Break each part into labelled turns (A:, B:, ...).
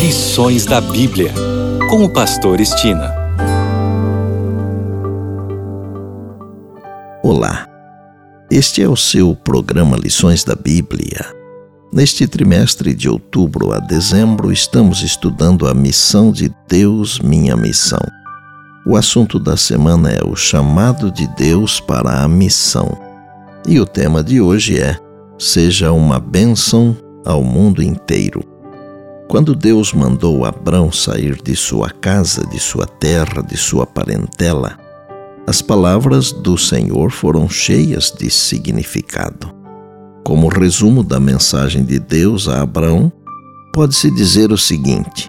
A: Lições da Bíblia, com o pastor Estina.
B: Olá, este é o seu programa Lições da Bíblia. Neste trimestre de outubro a dezembro, estamos estudando a missão de Deus, minha missão. O assunto da semana é o chamado de Deus para a missão. E o tema de hoje é: seja uma bênção ao mundo inteiro. Quando Deus mandou Abrão sair de sua casa, de sua terra, de sua parentela, as palavras do Senhor foram cheias de significado. Como resumo da mensagem de Deus a Abrão, pode-se dizer o seguinte: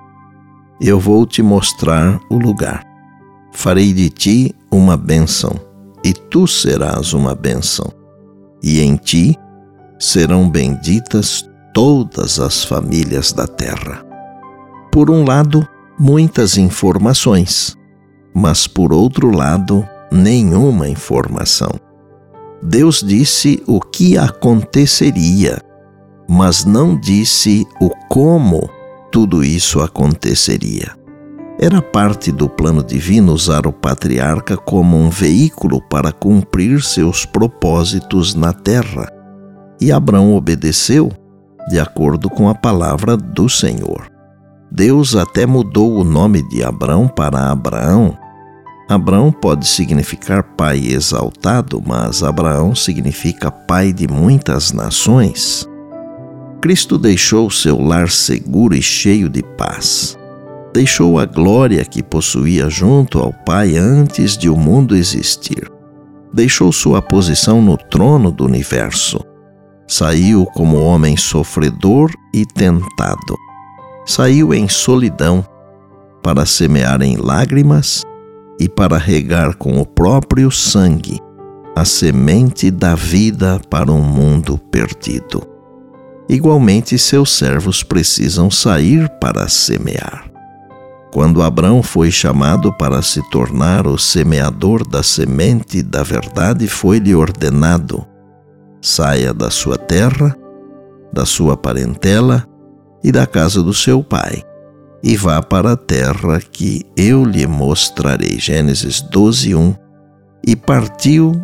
B: eu vou te mostrar o lugar. Farei de ti uma bênção, e tu serás uma bênção. E em ti serão benditas todas as famílias da terra. Por um lado, muitas informações, mas por outro lado, nenhuma informação. Deus disse o que aconteceria, mas não disse o como tudo isso aconteceria. Era parte do plano divino usar o patriarca como um veículo para cumprir seus propósitos na terra. E Abrão obedeceu de acordo com a palavra do Senhor. Deus até mudou o nome de Abrão para Abraão. Abrão pode significar pai exaltado, mas Abraão significa pai de muitas nações. Cristo deixou seu lar seguro e cheio de paz. Deixou a glória que possuía junto ao Pai antes de o mundo existir. Deixou sua posição no trono do universo. Saiu como homem sofredor e tentado. Saiu em solidão para semear em lágrimas e para regar com o próprio sangue a semente da vida para um mundo perdido. Igualmente, seus servos precisam sair para semear. Quando Abrão foi chamado para se tornar o semeador da semente da verdade, foi-lhe ordenado: saia da sua terra, da sua parentela e da casa do seu pai, e vá para a terra que eu lhe mostrarei. Gênesis 12:1. E partiu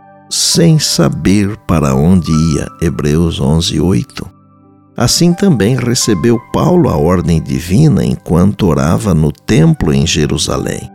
B: sem saber para onde ia. Hebreus 11:8. Assim também recebeu Paulo a ordem divina enquanto orava no templo em Jerusalém: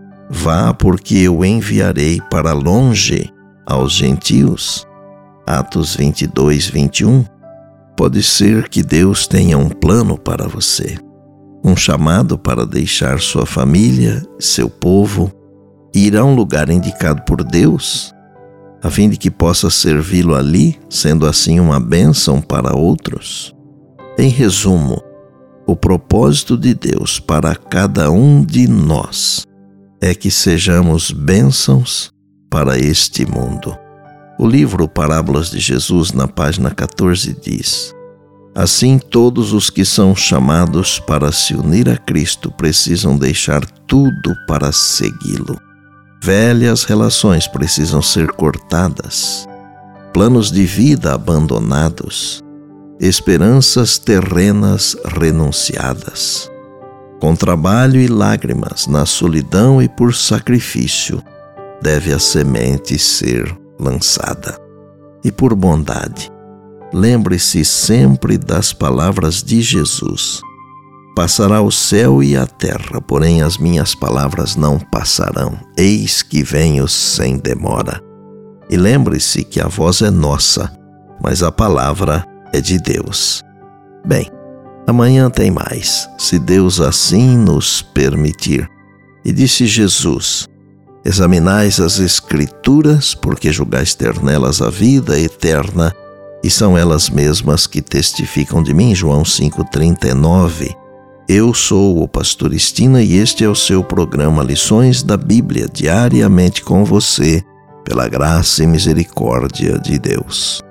B: vá, porque eu enviarei para longe aos gentios. Atos 22:21. Pode ser que Deus tenha um plano para você, um chamado para deixar sua família, seu povo, e ir a um lugar indicado por Deus, a fim de que possa servi-lo ali, sendo assim uma bênção para outros. Em resumo, o propósito de Deus para cada um de nós é que sejamos bênçãos para este mundo. O livro Parábolas de Jesus, na página 14, diz: assim, todos os que são chamados para se unir a Cristo precisam deixar tudo para segui-lo. Velhas relações precisam ser cortadas, planos de vida abandonados, esperanças terrenas renunciadas. Com trabalho e lágrimas, na solidão e por sacrifício, deve a semente ser lançada. E por bondade, lembre-se sempre das palavras de Jesus: passará o céu e a terra, porém as minhas palavras não passarão. Eis que venho sem demora. E lembre-se que a voz é nossa, mas a palavra é de Deus. Bem, amanhã tem mais, se Deus assim nos permitir. E disse Jesus: examinais as Escrituras, porque julgais ter nelas a vida eterna, e são elas mesmas que testificam de mim. João 5:39. Eu sou o pastor Estina e este é o seu programa Lições da Bíblia, diariamente com você, pela graça e misericórdia de Deus.